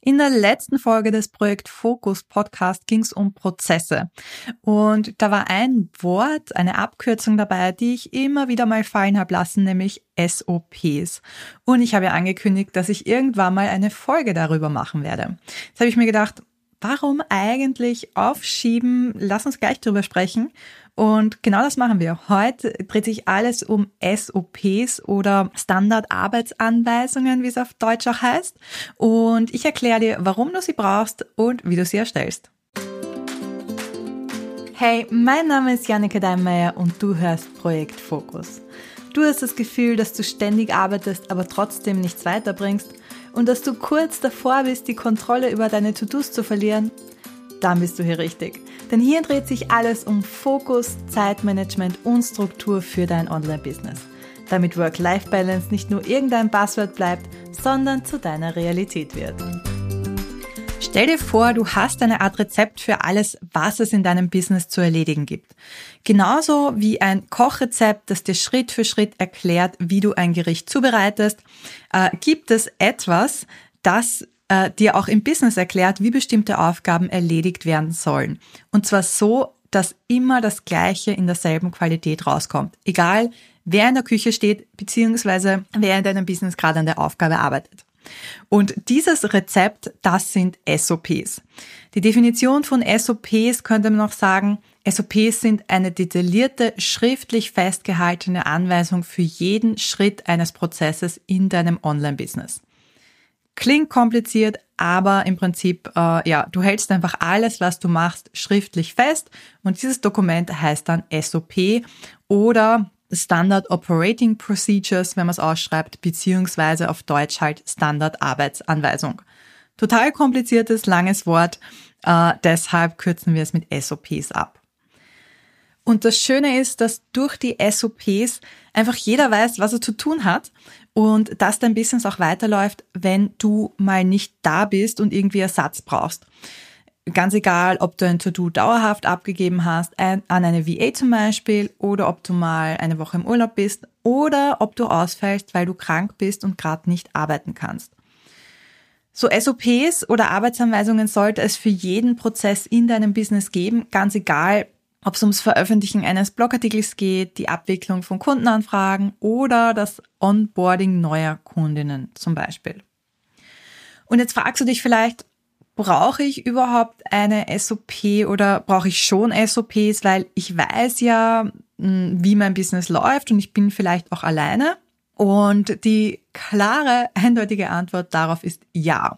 In der letzten Folge des Projekt Fokus Podcast ging es um Prozesse. Und da war ein Wort, eine Abkürzung dabei, die ich immer wieder mal fallen habe lassen, nämlich SOPs. Und ich habe ja angekündigt, dass ich irgendwann mal eine Folge darüber machen werde. Jetzt habe ich mir gedacht, warum eigentlich aufschieben? Lass uns gleich drüber sprechen. Und genau das machen wir. Heute dreht sich alles um SOPs oder Standardarbeitsanweisungen, wie es auf Deutsch auch heißt. Und ich erkläre dir, warum du sie brauchst und wie du sie erstellst. Hey, mein Name ist Janneke Deinmeier und du hörst Projekt Fokus. Du hast das Gefühl, dass du ständig arbeitest, aber trotzdem nichts weiterbringst und dass du kurz davor bist, die Kontrolle über deine To-Dos zu verlieren? Dann bist du hier richtig. Denn hier dreht sich alles um Fokus, Zeitmanagement und Struktur für dein Online-Business. Damit Work-Life-Balance nicht nur irgendein Buzzword bleibt, sondern zu deiner Realität wird. Stell dir vor, du hast eine Art Rezept für alles, was es in deinem Business zu erledigen gibt. Genauso wie ein Kochrezept, das dir Schritt für Schritt erklärt, wie du ein Gericht zubereitest, gibt es etwas, das dir auch im Business erklärt, wie bestimmte Aufgaben erledigt werden sollen. Und zwar so, dass immer das Gleiche in derselben Qualität rauskommt. Egal, wer in der Küche steht, beziehungsweise wer in deinem Business gerade an der Aufgabe arbeitet. Und dieses Rezept, das sind SOPs. Die Definition von SOPs könnte man noch sagen, SOPs sind eine detaillierte, schriftlich festgehaltene Anweisung für jeden Schritt eines Prozesses in deinem Online-Business. Klingt kompliziert, aber im Prinzip, du hältst einfach alles, was du machst, schriftlich fest und dieses Dokument heißt dann SOP oder Standard Operating Procedures, wenn man es ausschreibt, beziehungsweise auf Deutsch halt Standardarbeitsanweisung. Total kompliziertes, langes Wort, deshalb kürzen wir es mit SOPs ab. Und das Schöne ist, dass durch die SOPs einfach jeder weiß, was er zu tun hat und dass dein Business auch weiterläuft, wenn du mal nicht da bist und irgendwie Ersatz brauchst. Ganz egal, ob du ein To-Do dauerhaft abgegeben hast, an eine VA zum Beispiel, oder ob du mal eine Woche im Urlaub bist oder ob du ausfällst, weil du krank bist und gerade nicht arbeiten kannst. So SOPs oder Arbeitsanweisungen sollte es für jeden Prozess in deinem Business geben, ganz egal, ob es ums Veröffentlichen eines Blogartikels geht, die Abwicklung von Kundenanfragen oder das Onboarding neuer Kundinnen zum Beispiel. Und jetzt fragst du dich vielleicht, brauche ich überhaupt eine SOP oder brauche ich schon SOPs, weil ich weiß ja, wie mein Business läuft und ich bin vielleicht auch alleine? Und die klare, eindeutige Antwort darauf ist ja.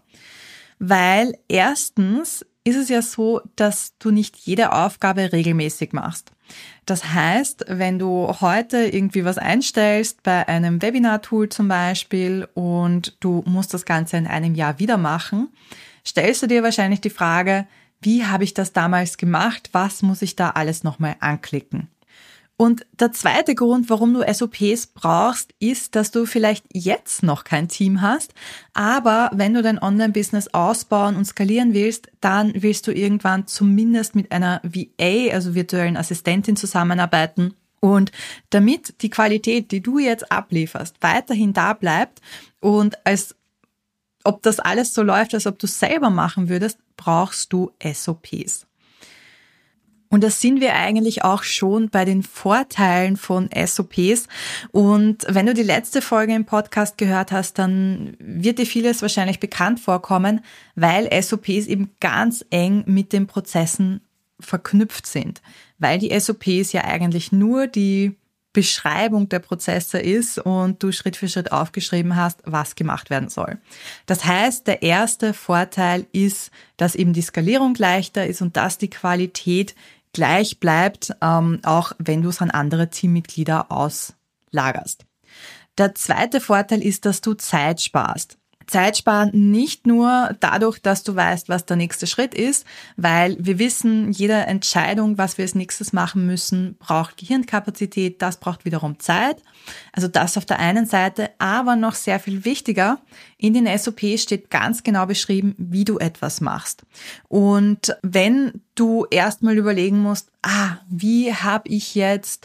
Weil erstens ist es ja so, dass du nicht jede Aufgabe regelmäßig machst. Das heißt, wenn du heute irgendwie was einstellst bei einem Webinar-Tool zum Beispiel und du musst das Ganze in einem Jahr wieder machen, stellst du dir wahrscheinlich die Frage, wie habe ich das damals gemacht? Was muss ich da alles nochmal anklicken? Und der zweite Grund, warum du SOPs brauchst, ist, dass du vielleicht jetzt noch kein Team hast, aber wenn du dein Online-Business ausbauen und skalieren willst, dann willst du irgendwann zumindest mit einer VA, also virtuellen Assistentin, zusammenarbeiten. Und damit die Qualität, die du jetzt ablieferst, weiterhin da bleibt und als ob das alles so läuft, als ob du es selber machen würdest, brauchst du SOPs. Und da sind wir eigentlich auch schon bei den Vorteilen von SOPs. Und wenn du die letzte Folge im Podcast gehört hast, dann wird dir vieles wahrscheinlich bekannt vorkommen, weil SOPs eben ganz eng mit den Prozessen verknüpft sind. Weil die SOPs ja eigentlich nur die Beschreibung der Prozesse ist und du Schritt für Schritt aufgeschrieben hast, was gemacht werden soll. Das heißt, der erste Vorteil ist, dass eben die Skalierung leichter ist und dass die Qualität gleich bleibt, auch wenn du es an andere Teammitglieder auslagerst. Der zweite Vorteil ist, dass du Zeit sparst. Zeit sparen nicht nur dadurch, dass du weißt, was der nächste Schritt ist, weil wir wissen, jede Entscheidung, was wir als nächstes machen müssen, braucht Gehirnkapazität, das braucht wiederum Zeit. Also das auf der einen Seite, aber noch sehr viel wichtiger, in den SOPs steht ganz genau beschrieben, wie du etwas machst. Und wenn du erstmal überlegen musst, wie habe ich jetzt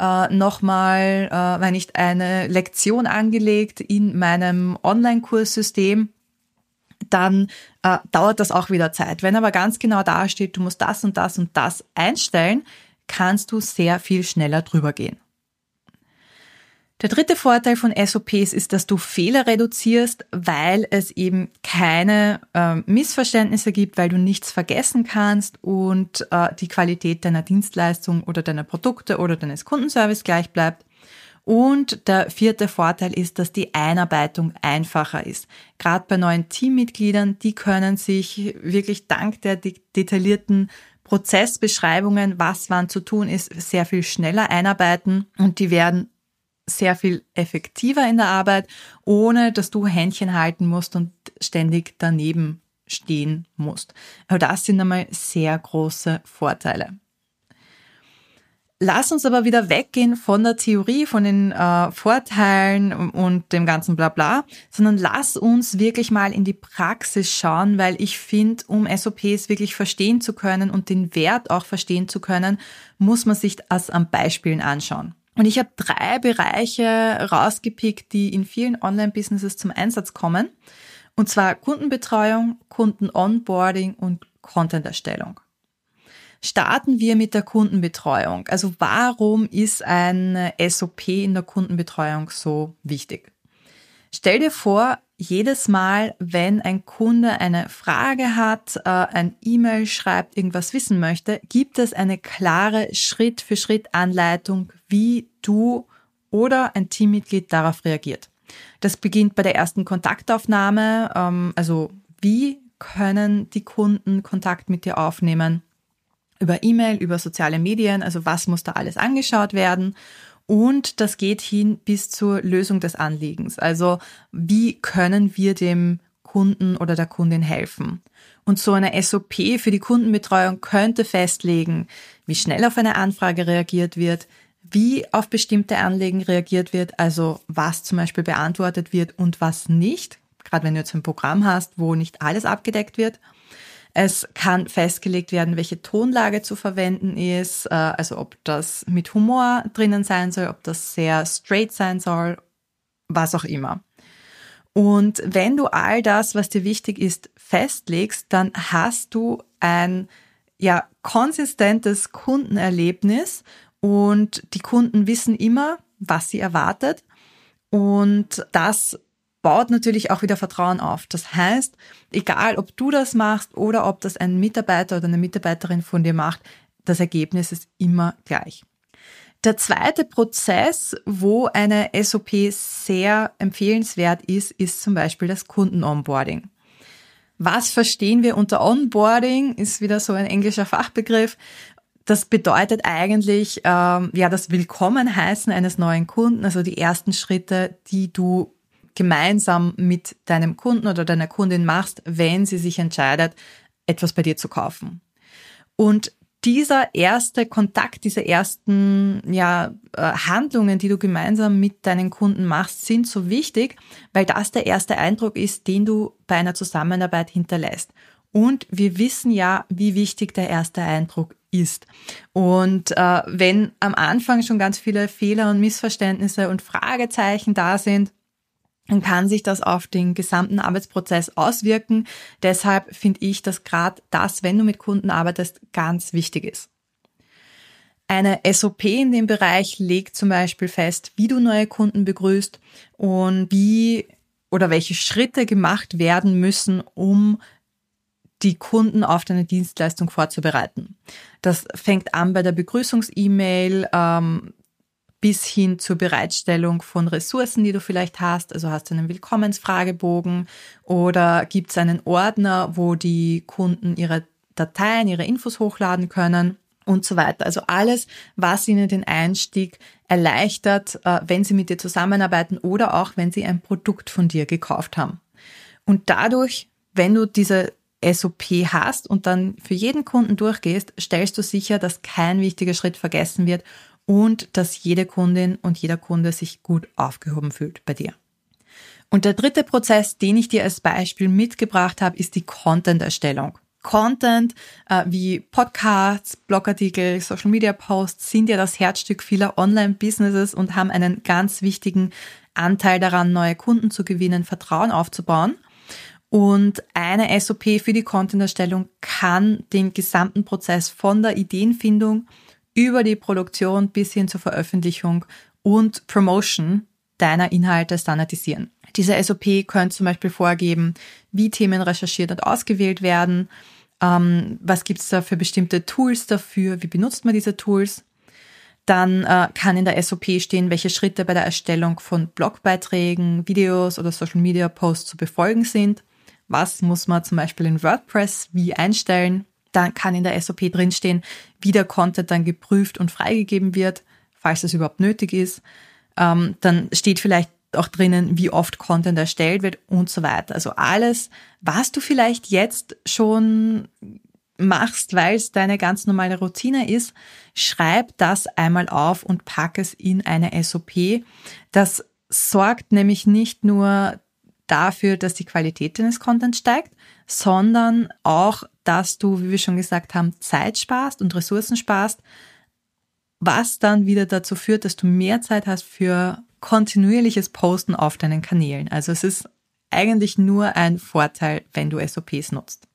wenn nicht eine Lektion angelegt in meinem Online-Kurssystem, dann dauert das auch wieder Zeit. Wenn aber ganz genau da steht, du musst das und das und das einstellen, kannst du sehr viel schneller drüber gehen. Der dritte Vorteil von SOPs ist, dass du Fehler reduzierst, weil es eben keine Missverständnisse gibt, weil du nichts vergessen kannst und die Qualität deiner Dienstleistung oder deiner Produkte oder deines Kundenservice gleich bleibt. Und der vierte Vorteil ist, dass die Einarbeitung einfacher ist. Gerade bei neuen Teammitgliedern, die können sich wirklich dank der detaillierten Prozessbeschreibungen, was wann zu tun ist, sehr viel schneller einarbeiten und die werden sehr viel effektiver in der Arbeit, ohne dass du Händchen halten musst und ständig daneben stehen musst. Also das sind einmal sehr große Vorteile. Lass uns aber wieder weggehen von der Theorie, von den Vorteilen und dem ganzen Blabla, sondern lass uns wirklich mal in die Praxis schauen, weil ich finde, um SOPs wirklich verstehen zu können und den Wert auch verstehen zu können, muss man sich das an Beispielen anschauen. Und ich habe 3 Bereiche rausgepickt, die in vielen Online-Businesses zum Einsatz kommen. Und zwar Kundenbetreuung, Kunden-Onboarding und Content-Erstellung. Starten wir mit der Kundenbetreuung. Also warum ist eine SOP in der Kundenbetreuung so wichtig? Stell dir vor, jedes Mal, wenn ein Kunde eine Frage hat, ein E-Mail schreibt, irgendwas wissen möchte, gibt es eine klare Schritt-für-Schritt-Anleitung, wie du oder ein Teammitglied darauf reagiert. Das beginnt bei der ersten Kontaktaufnahme, also wie können die Kunden Kontakt mit dir aufnehmen? Über E-Mail, über soziale Medien, also was muss da alles angeschaut werden? Und das geht hin bis zur Lösung des Anliegens. Also wie können wir dem Kunden oder der Kundin helfen? Und so eine SOP für die Kundenbetreuung könnte festlegen, wie schnell auf eine Anfrage reagiert wird, wie auf bestimmte Anliegen reagiert wird, also was zum Beispiel beantwortet wird und was nicht, gerade wenn du jetzt ein Programm hast, wo nicht alles abgedeckt wird. Es kann festgelegt werden, welche Tonlage zu verwenden ist, also ob das mit Humor drinnen sein soll, ob das sehr straight sein soll, was auch immer. Und wenn du all das, was dir wichtig ist, festlegst, dann hast du ein konsistentes Kundenerlebnis und die Kunden wissen immer, was sie erwartet und das baut natürlich auch wieder Vertrauen auf. Das heißt, egal ob du das machst oder ob das ein Mitarbeiter oder eine Mitarbeiterin von dir macht, das Ergebnis ist immer gleich. Der zweite Prozess, wo eine SOP sehr empfehlenswert ist, ist zum Beispiel das Kunden-Onboarding. Was verstehen wir unter Onboarding? Ist wieder so ein englischer Fachbegriff. Das bedeutet eigentlich das Willkommenheißen eines neuen Kunden, also die ersten Schritte, die du gemeinsam mit deinem Kunden oder deiner Kundin machst, wenn sie sich entscheidet, etwas bei dir zu kaufen. Und dieser erste Kontakt, diese ersten Handlungen, die du gemeinsam mit deinen Kunden machst, sind so wichtig, weil das der erste Eindruck ist, den du bei einer Zusammenarbeit hinterlässt. Und wir wissen ja, wie wichtig der erste Eindruck ist. Und wenn am Anfang schon ganz viele Fehler und Missverständnisse und Fragezeichen da sind, dann kann sich das auf den gesamten Arbeitsprozess auswirken. Deshalb finde ich, dass gerade das, wenn du mit Kunden arbeitest, ganz wichtig ist. Eine SOP in dem Bereich legt zum Beispiel fest, wie du neue Kunden begrüßt und wie oder welche Schritte gemacht werden müssen, um die Kunden auf deine Dienstleistung vorzubereiten. Das fängt an bei der Begrüßungs-E-Mail, bis hin zur Bereitstellung von Ressourcen, die du vielleicht hast. Also hast du einen Willkommensfragebogen oder gibt es einen Ordner, wo die Kunden ihre Dateien, ihre Infos hochladen können und so weiter. Also alles, was ihnen den Einstieg erleichtert, wenn sie mit dir zusammenarbeiten oder auch, wenn sie ein Produkt von dir gekauft haben. Und dadurch, wenn du diese SOP hast und dann für jeden Kunden durchgehst, stellst du sicher, dass kein wichtiger Schritt vergessen wird und dass jede Kundin und jeder Kunde sich gut aufgehoben fühlt bei dir. Und der dritte Prozess, den ich dir als Beispiel mitgebracht habe, ist die Content-Erstellung. Content wie Podcasts, Blogartikel, Social Media Posts sind ja das Herzstück vieler Online-Businesses und haben einen ganz wichtigen Anteil daran, neue Kunden zu gewinnen, Vertrauen aufzubauen. Und eine SOP für die Content-Erstellung kann den gesamten Prozess von der Ideenfindung über die Produktion bis hin zur Veröffentlichung und Promotion deiner Inhalte standardisieren. Diese SOP könnte zum Beispiel vorgeben, wie Themen recherchiert und ausgewählt werden, was gibt es da für bestimmte Tools dafür, wie benutzt man diese Tools. Dann kann in der SOP stehen, welche Schritte bei der Erstellung von Blogbeiträgen, Videos oder Social-Media-Posts zu befolgen sind. Was muss man zum Beispiel in WordPress wie einstellen? Dann kann in der SOP drinstehen, wie der Content dann geprüft und freigegeben wird, falls das überhaupt nötig ist. Dann steht vielleicht auch drinnen, wie oft Content erstellt wird und so weiter. Also alles, was du vielleicht jetzt schon machst, weil es deine ganz normale Routine ist, schreib das einmal auf und pack es in eine SOP. Das sorgt nämlich nicht nur dafür, dass die Qualität deines Contents steigt, sondern auch, dass du, wie wir schon gesagt haben, Zeit sparst und Ressourcen sparst, was dann wieder dazu führt, dass du mehr Zeit hast für kontinuierliches Posten auf deinen Kanälen. Also es ist eigentlich nur ein Vorteil, wenn du SOPs nutzt.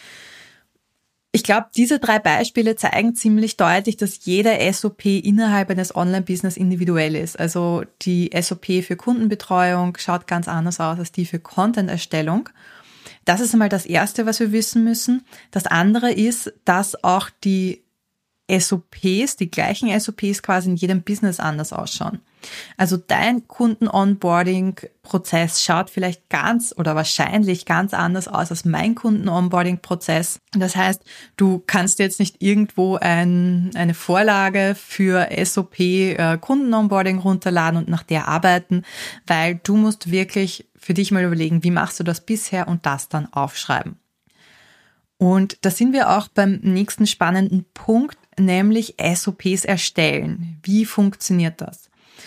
Ich glaube, diese 3 Beispiele zeigen ziemlich deutlich, dass jede SOP innerhalb eines Online-Business individuell ist. Also die SOP für Kundenbetreuung schaut ganz anders aus als die für Content-Erstellung. Das ist einmal das Erste, was wir wissen müssen. Das andere ist, dass auch die SOPs, die gleichen SOPs quasi in jedem Business anders ausschauen. Also dein Kunden-Onboarding-Prozess schaut vielleicht ganz oder wahrscheinlich ganz anders aus als mein Kunden-Onboarding-Prozess. Das heißt, du kannst jetzt nicht irgendwo eine Vorlage für SOP Kunden-Onboarding runterladen und nach der arbeiten, weil du musst wirklich für dich mal überlegen, wie machst du das bisher und das dann aufschreiben. Und da sind wir auch beim nächsten spannenden Punkt, nämlich SOPs erstellen. Wie funktioniert das?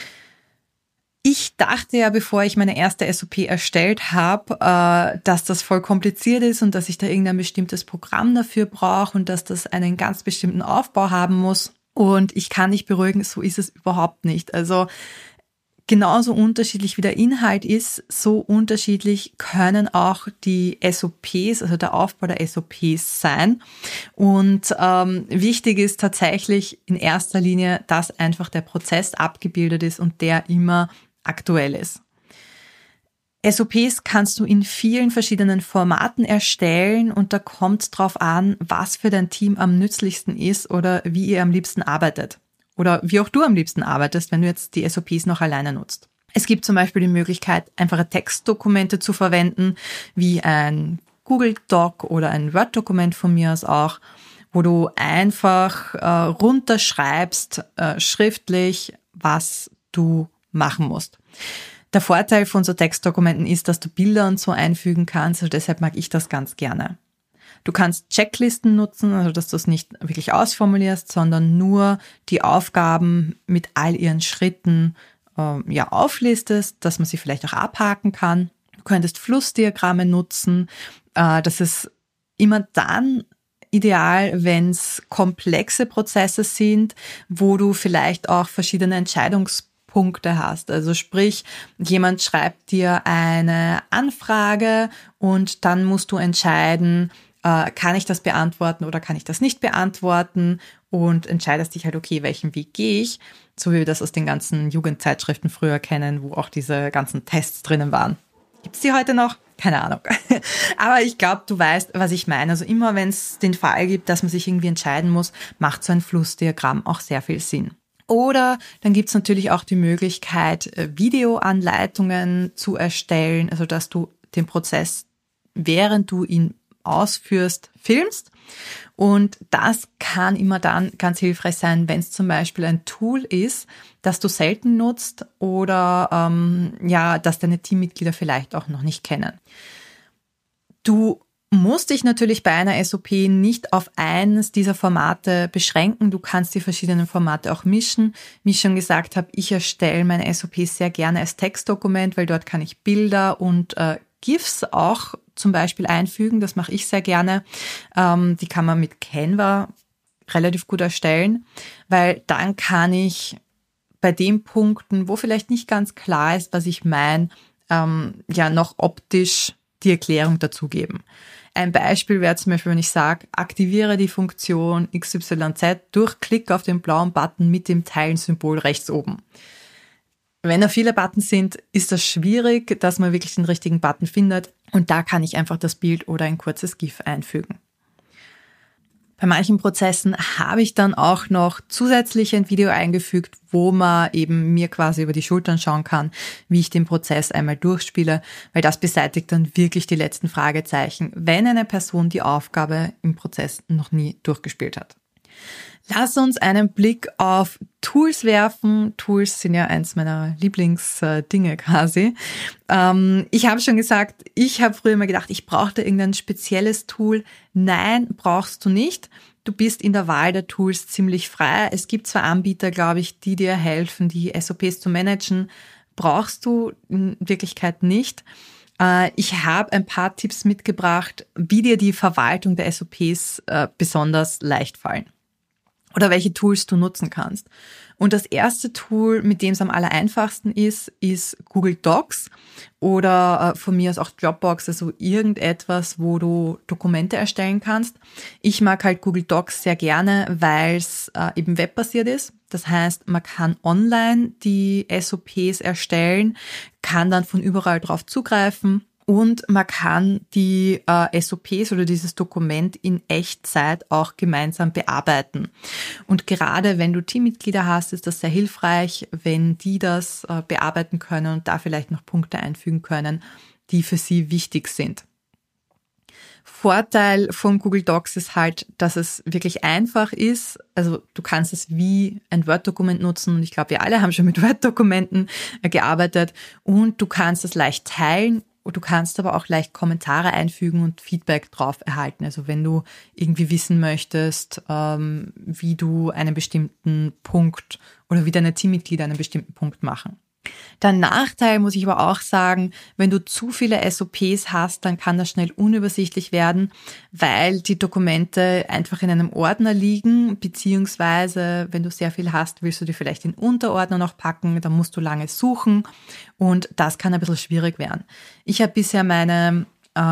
Ich dachte ja, bevor ich meine erste SOP erstellt habe, dass das voll kompliziert ist und dass ich da irgendein bestimmtes Programm dafür brauche und dass das einen ganz bestimmten Aufbau haben muss. Und ich kann dich beruhigen, so ist es überhaupt nicht. Also genauso unterschiedlich wie der Inhalt ist, so unterschiedlich können auch die SOPs, also der Aufbau der SOPs sein. Und wichtig ist tatsächlich in erster Linie, dass einfach der Prozess abgebildet ist und der immer aktuell ist. SOPs kannst du in vielen verschiedenen Formaten erstellen und da kommt es drauf an, was für dein Team am nützlichsten ist oder wie ihr am liebsten arbeitet. Oder wie auch du am liebsten arbeitest, wenn du jetzt die SOPs noch alleine nutzt. Es gibt zum Beispiel die Möglichkeit, einfache Textdokumente zu verwenden, wie ein Google Doc oder ein Word-Dokument von mir aus auch, wo du einfach runterschreibst, schriftlich, was du machen musst. Der Vorteil von so Textdokumenten ist, dass du Bilder und so einfügen kannst, also deshalb mag ich das ganz gerne. Du kannst Checklisten nutzen, also dass du es nicht wirklich ausformulierst, sondern nur die Aufgaben mit all ihren Schritten auflistest, dass man sie vielleicht auch abhaken kann. Du könntest Flussdiagramme nutzen. Das ist immer dann ideal, wenn es komplexe Prozesse sind, wo du vielleicht auch verschiedene Entscheidungspunkte hast. Also sprich, jemand schreibt dir eine Anfrage und dann musst du entscheiden, kann ich das beantworten oder kann ich das nicht beantworten und entscheidest dich halt, okay, welchen Weg gehe ich, so wie wir das aus den ganzen Jugendzeitschriften früher kennen, wo auch diese ganzen Tests drinnen waren. Gibt's die heute noch? Keine Ahnung. Aber ich glaube, du weißt, was ich meine. Also immer, wenn es den Fall gibt, dass man sich irgendwie entscheiden muss, macht so ein Flussdiagramm auch sehr viel Sinn. Oder dann gibt's natürlich auch die Möglichkeit, Videoanleitungen zu erstellen, also dass du den Prozess, während du ihn ausführst, filmst. Und das kann immer dann ganz hilfreich sein, wenn es zum Beispiel ein Tool ist, das du selten nutzt oder das deine Teammitglieder vielleicht auch noch nicht kennen. Du musst dich natürlich bei einer SOP nicht auf eines dieser Formate beschränken. Du kannst die verschiedenen Formate auch mischen. Wie ich schon gesagt habe, ich erstelle meine SOPs sehr gerne als Textdokument, weil dort kann ich Bilder und GIFs auch zum Beispiel einfügen. Das mache ich sehr gerne. Die kann man mit Canva relativ gut erstellen, weil dann kann ich bei den Punkten, wo vielleicht nicht ganz klar ist, was ich meine, noch optisch die Erklärung dazugeben. Ein Beispiel wäre zum Beispiel, wenn ich sage, aktiviere die Funktion XYZ durch Klick auf den blauen Button mit dem Teilen-Symbol rechts oben. Wenn da viele Buttons sind, ist das schwierig, dass man wirklich den richtigen Button findet. Und da kann ich einfach das Bild oder ein kurzes GIF einfügen. Bei manchen Prozessen habe ich dann auch noch zusätzlich ein Video eingefügt, wo man eben mir quasi über die Schultern schauen kann, wie ich den Prozess einmal durchspiele, weil das beseitigt dann wirklich die letzten Fragezeichen, wenn eine Person die Aufgabe im Prozess noch nie durchgespielt hat. Lass uns einen Blick auf Tools werfen. Tools sind ja eins meiner Lieblingsdinge quasi. Ich habe schon gesagt, ich habe früher immer gedacht, ich brauchte irgendein spezielles Tool. Nein, brauchst du nicht. Du bist in der Wahl der Tools ziemlich frei. Es gibt zwar Anbieter, glaube ich, die dir helfen, die SOPs zu managen. Brauchst du in Wirklichkeit nicht. Ich habe ein paar Tipps mitgebracht, wie dir die Verwaltung der SOPs besonders leicht fallen. Oder welche Tools du nutzen kannst. Und das erste Tool, mit dem es am allereinfachsten ist Google Docs oder von mir aus auch Dropbox, also irgendetwas, wo du Dokumente erstellen kannst. Ich mag halt Google Docs sehr gerne, weil es eben webbasiert ist. Das heißt, man kann online die SOPs erstellen, kann dann von überall drauf zugreifen. Und man kann die SOPs oder dieses Dokument in Echtzeit auch gemeinsam bearbeiten. Und gerade wenn du Teammitglieder hast, ist das sehr hilfreich, wenn die das bearbeiten können und da vielleicht noch Punkte einfügen können, die für sie wichtig sind. Vorteil von Google Docs ist halt, dass es wirklich einfach ist. Also du kannst es wie ein Word-Dokument nutzen und ich glaube, wir alle haben schon mit Word-Dokumenten gearbeitet und du kannst es leicht teilen. Du kannst aber auch leicht Kommentare einfügen und Feedback drauf erhalten. Also wenn du irgendwie wissen möchtest, wie du einen bestimmten Punkt oder wie deine Teammitglieder einen bestimmten Punkt machen. Der Nachteil, muss ich aber auch sagen, wenn du zu viele SOPs hast, dann kann das schnell unübersichtlich werden, weil die Dokumente einfach in einem Ordner liegen, beziehungsweise wenn du sehr viel hast, willst du die vielleicht in Unterordner noch packen, dann musst du lange suchen und das kann ein bisschen schwierig werden. Ich habe bisher meine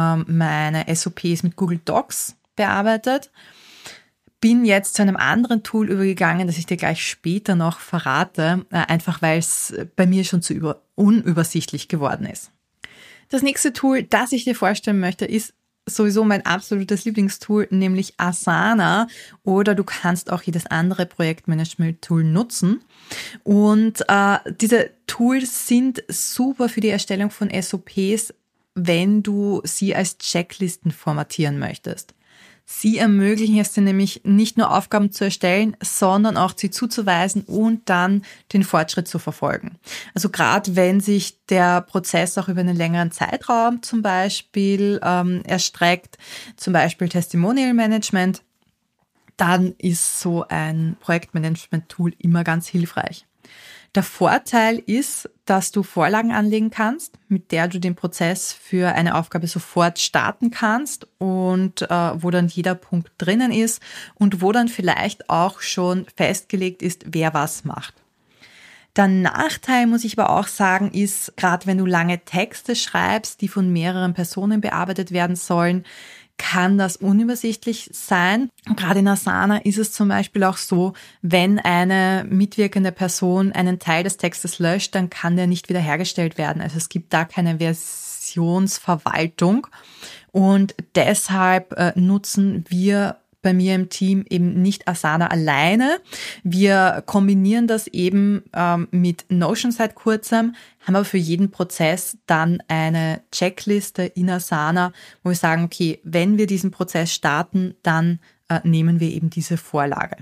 SOPs mit Google Docs bearbeitet, bin jetzt zu einem anderen Tool übergegangen, das ich dir gleich später noch verrate, einfach weil es bei mir schon zu unübersichtlich geworden ist. Das nächste Tool, das ich dir vorstellen möchte, ist sowieso mein absolutes Lieblingstool, nämlich Asana, oder du kannst auch jedes andere Projektmanagement-Tool nutzen. Und diese Tools sind super für die Erstellung von SOPs, wenn du sie als Checklisten formatieren möchtest. Sie ermöglichen es dir nämlich nicht nur Aufgaben zu erstellen, sondern auch sie zuzuweisen und dann den Fortschritt zu verfolgen. Also gerade wenn sich der Prozess auch über einen längeren Zeitraum zum Beispiel erstreckt, zum Beispiel Testimonial Management, dann ist so ein Projektmanagement-Tool immer ganz hilfreich. Der Vorteil ist, dass du Vorlagen anlegen kannst, mit der du den Prozess für eine Aufgabe sofort starten kannst und wo dann jeder Punkt drinnen ist und wo dann vielleicht auch schon festgelegt ist, wer was macht. Der Nachteil, muss ich aber auch sagen, ist, gerade wenn du lange Texte schreibst, die von mehreren Personen bearbeitet werden sollen, kann das unübersichtlich sein. Und gerade in Asana ist es zum Beispiel auch so, wenn eine mitwirkende Person einen Teil des Textes löscht, dann kann der nicht wiederhergestellt werden. Also es gibt da keine Versionsverwaltung und deshalb nutzen wir bei mir im Team eben nicht Asana alleine. Wir kombinieren das eben mit Notion seit kurzem, haben aber für jeden Prozess dann eine Checkliste in Asana, wo wir sagen, okay, wenn wir diesen Prozess starten, dann nehmen wir eben diese Vorlage.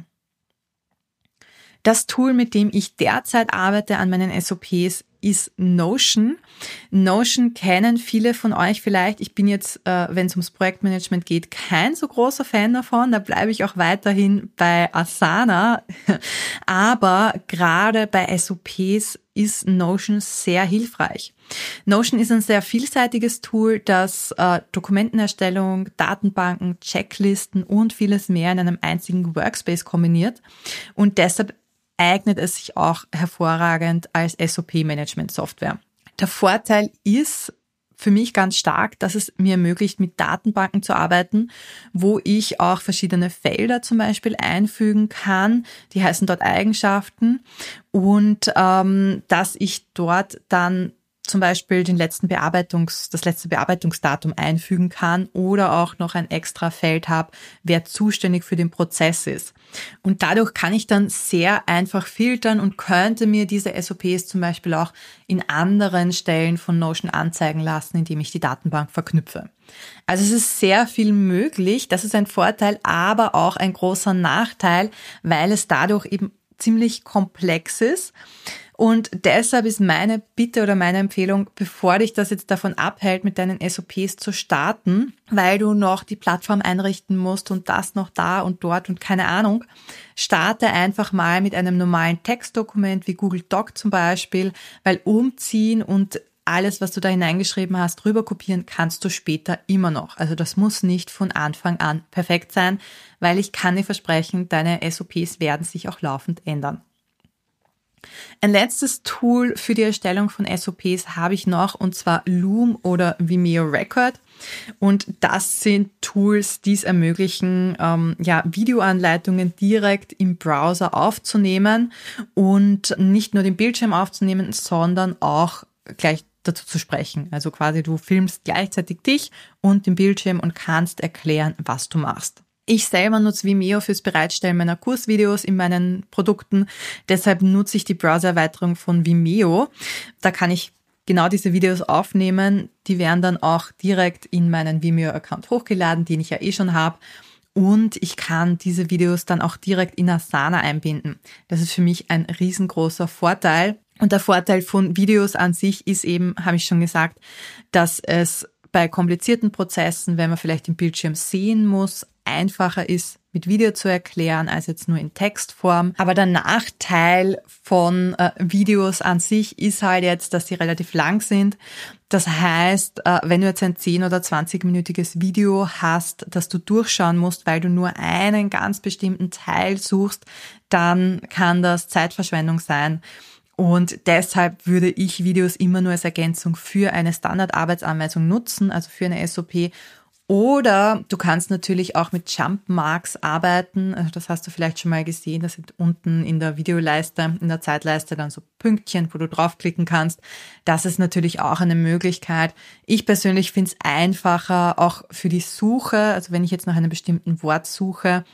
Das Tool, mit dem ich derzeit arbeite an meinen SOPs, ist Notion. Notion kennen viele von euch vielleicht. Ich bin jetzt, wenn es ums Projektmanagement geht, kein so großer Fan davon. Da bleibe ich auch weiterhin bei Asana. Aber gerade bei SOPs ist Notion sehr hilfreich. Notion ist ein sehr vielseitiges Tool, das Dokumentenerstellung, Datenbanken, Checklisten und vieles mehr in einem einzigen Workspace kombiniert. Und deshalb eignet es sich auch hervorragend als SOP-Management-Software. Der Vorteil ist für mich ganz stark, dass es mir ermöglicht, mit Datenbanken zu arbeiten, wo ich auch verschiedene Felder zum Beispiel einfügen kann. Die heißen dort Eigenschaften und dass ich dort dann zum Beispiel das letzte Bearbeitungsdatum einfügen kann oder auch noch ein extra Feld habe, wer zuständig für den Prozess ist. Und dadurch kann ich dann sehr einfach filtern und könnte mir diese SOPs zum Beispiel auch in anderen Stellen von Notion anzeigen lassen, indem ich die Datenbank verknüpfe. Also es ist sehr viel möglich, das ist ein Vorteil, aber auch ein großer Nachteil, weil es dadurch eben ziemlich komplex ist. Und deshalb ist meine Bitte oder meine Empfehlung, bevor dich das jetzt davon abhält, mit deinen SOPs zu starten, weil du noch die Plattform einrichten musst und das noch da und dort und keine Ahnung, starte einfach mal mit einem normalen Textdokument wie Google Doc zum Beispiel, weil umziehen und alles, was du da hineingeschrieben hast, rüber kopieren kannst du später immer noch. Also das muss nicht von Anfang an perfekt sein, weil ich kann dir versprechen, deine SOPs werden sich auch laufend ändern. Ein letztes Tool für die Erstellung von SOPs habe ich noch, und zwar Loom oder Vimeo Record. Und das sind Tools, die es ermöglichen, Videoanleitungen direkt im Browser aufzunehmen und nicht nur den Bildschirm aufzunehmen, sondern auch gleich dazu zu sprechen. Also quasi du filmst gleichzeitig dich und den Bildschirm und kannst erklären, was du machst. Ich selber nutze Vimeo fürs Bereitstellen meiner Kursvideos in meinen Produkten. Deshalb nutze ich die Browser-Erweiterung von Vimeo. Da kann ich genau diese Videos aufnehmen. Die werden dann auch direkt in meinen Vimeo-Account hochgeladen, den ich ja eh schon habe. Und ich kann diese Videos dann auch direkt in Asana einbinden. Das ist für mich ein riesengroßer Vorteil. Und der Vorteil von Videos an sich ist eben, habe ich schon gesagt, dass es bei komplizierten Prozessen, wenn man vielleicht den Bildschirm sehen muss, einfacher ist, mit Video zu erklären, als jetzt nur in Textform. Aber der Nachteil von Videos an sich ist halt jetzt, dass sie relativ lang sind. Das heißt, wenn du jetzt ein 10- oder 20-minütiges Video hast, das du durchschauen musst, weil du nur einen ganz bestimmten Teil suchst, dann kann das Zeitverschwendung sein. Und deshalb würde ich Videos immer nur als Ergänzung für eine Standardarbeitsanweisung nutzen, also für eine SOP. Oder du kannst natürlich auch mit Jump Marks arbeiten. Also das hast du vielleicht schon mal gesehen. Das sind unten in der Videoleiste, in der Zeitleiste dann so Pünktchen, wo du draufklicken kannst. Das ist natürlich auch eine Möglichkeit. Ich persönlich finde es einfacher, auch für die Suche. Also wenn ich jetzt nach einem bestimmten Wort suche,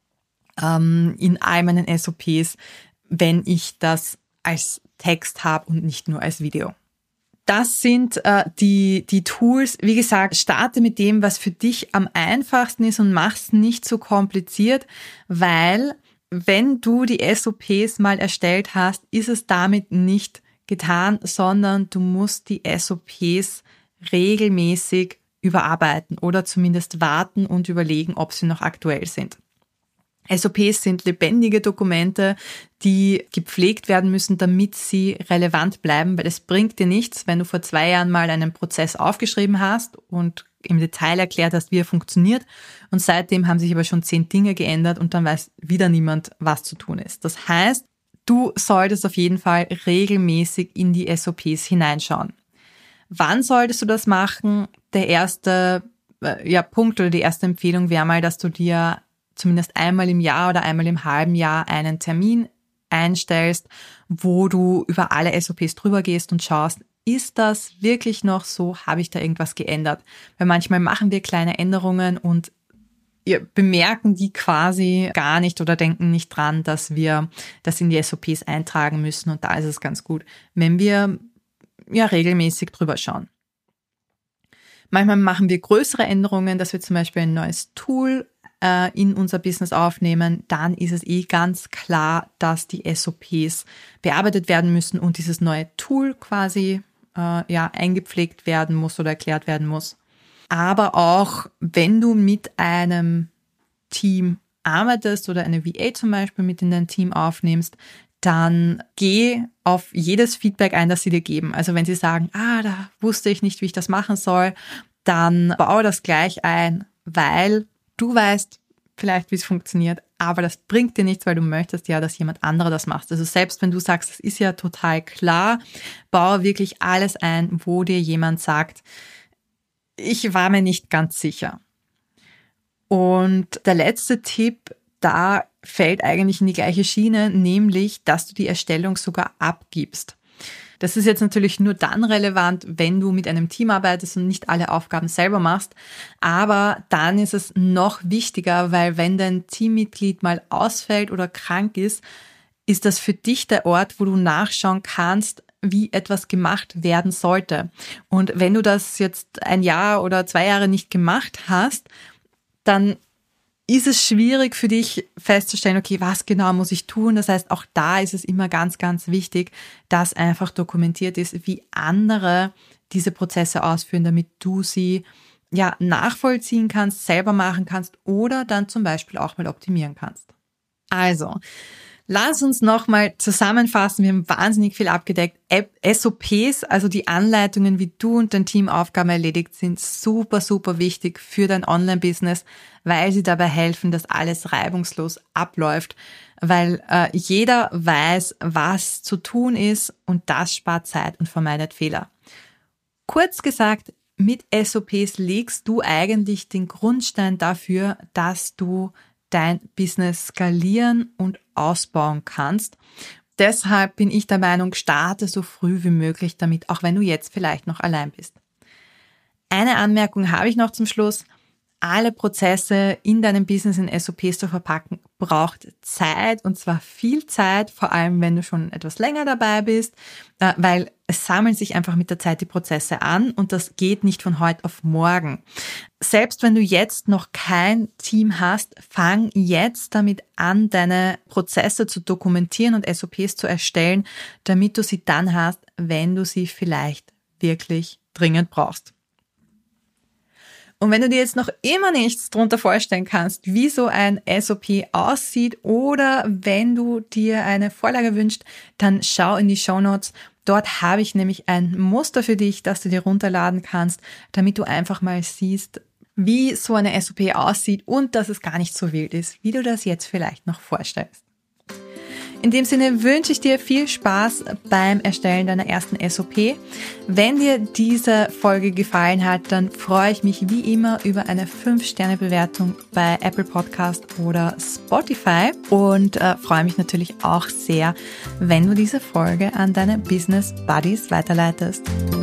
in all meinen SOPs, wenn ich das als Text habe und nicht nur als Video. Das sind die Tools. Wie gesagt, starte mit dem, was für dich am einfachsten ist und mach's nicht so kompliziert, weil wenn du die SOPs mal erstellt hast, ist es damit nicht getan, sondern du musst die SOPs regelmäßig überarbeiten oder zumindest warten und überlegen, ob sie noch aktuell sind. SOPs sind lebendige Dokumente, die gepflegt werden müssen, damit sie relevant bleiben, weil es bringt dir nichts, wenn du vor 2 Jahren mal einen Prozess aufgeschrieben hast und im Detail erklärt hast, wie er funktioniert und seitdem haben sich aber schon 10 Dinge geändert und dann weiß wieder niemand, was zu tun ist. Das heißt, du solltest auf jeden Fall regelmäßig in die SOPs hineinschauen. Wann solltest du das machen? Der erste Punkt oder die erste Empfehlung wäre mal, dass du dir zumindest einmal im Jahr oder einmal im halben Jahr einen Termin einstellst, wo du über alle SOPs drüber gehst und schaust, ist das wirklich noch so? Habe ich da irgendwas geändert? Weil manchmal machen wir kleine Änderungen und bemerken die quasi gar nicht oder denken nicht dran, dass wir das in die SOPs eintragen müssen. Und da ist es ganz gut, wenn wir regelmäßig drüber schauen. Manchmal machen wir größere Änderungen, dass wir zum Beispiel ein neues Tool in unser Business aufnehmen, dann ist es ganz klar, dass die SOPs bearbeitet werden müssen und dieses neue Tool quasi eingepflegt werden muss oder erklärt werden muss. Aber auch wenn du mit einem Team arbeitest oder eine VA zum Beispiel mit in dein Team aufnimmst, dann geh auf jedes Feedback ein, das sie dir geben. Also wenn sie sagen, da wusste ich nicht, wie ich das machen soll, dann baue das gleich ein, weil du weißt vielleicht, wie es funktioniert, aber das bringt dir nichts, weil du möchtest ja, dass jemand anderer das macht. Also selbst wenn du sagst, das ist ja total klar, baue wirklich alles ein, wo dir jemand sagt, ich war mir nicht ganz sicher. Und der letzte Tipp, da fällt eigentlich in die gleiche Schiene, nämlich, dass du die Erstellung sogar abgibst. Das ist jetzt natürlich nur dann relevant, wenn du mit einem Team arbeitest und nicht alle Aufgaben selber machst. Aber dann ist es noch wichtiger, weil wenn dein Teammitglied mal ausfällt oder krank ist das für dich der Ort, wo du nachschauen kannst, wie etwas gemacht werden sollte. Und wenn du das jetzt 1 Jahr oder 2 Jahre nicht gemacht hast, dann ist es schwierig für dich festzustellen, okay, was genau muss ich tun? Das heißt, auch da ist es immer ganz, ganz wichtig, dass einfach dokumentiert ist, wie andere diese Prozesse ausführen, damit du sie nachvollziehen kannst, selber machen kannst oder dann zum Beispiel auch mal optimieren kannst. Also, lass uns nochmal zusammenfassen. Wir haben wahnsinnig viel abgedeckt. SOPs, also die Anleitungen, wie du und dein Team Aufgaben erledigt, sind super, super wichtig für dein Online-Business, weil sie dabei helfen, dass alles reibungslos abläuft, weil jeder weiß, was zu tun ist und das spart Zeit und vermeidet Fehler. Kurz gesagt, mit SOPs legst du eigentlich den Grundstein dafür, dass du dein Business skalieren und ausbauen kannst. Deshalb bin ich der Meinung, starte so früh wie möglich damit, auch wenn du jetzt vielleicht noch allein bist. Eine Anmerkung habe ich noch zum Schluss. Alle Prozesse in deinem Business in SOPs zu verpacken, braucht Zeit, und zwar viel Zeit, vor allem wenn du schon etwas länger dabei bist, weil es sammeln sich einfach mit der Zeit die Prozesse an und das geht nicht von heute auf morgen. Selbst wenn du jetzt noch kein Team hast, fang jetzt damit an, deine Prozesse zu dokumentieren und SOPs zu erstellen, damit du sie dann hast, wenn du sie vielleicht wirklich dringend brauchst. Und wenn du dir jetzt noch immer nichts drunter vorstellen kannst, wie so ein SOP aussieht oder wenn du dir eine Vorlage wünschst, dann schau in die Shownotes. Dort habe ich nämlich ein Muster für dich, das du dir runterladen kannst, damit du einfach mal siehst, wie so eine SOP aussieht und dass es gar nicht so wild ist, wie du das jetzt vielleicht noch vorstellst. In dem Sinne wünsche ich dir viel Spaß beim Erstellen deiner ersten SOP. Wenn dir diese Folge gefallen hat, dann freue ich mich wie immer über eine 5-Sterne-Bewertung bei Apple Podcast oder Spotify und freue mich natürlich auch sehr, wenn du diese Folge an deine Business Buddies weiterleitest.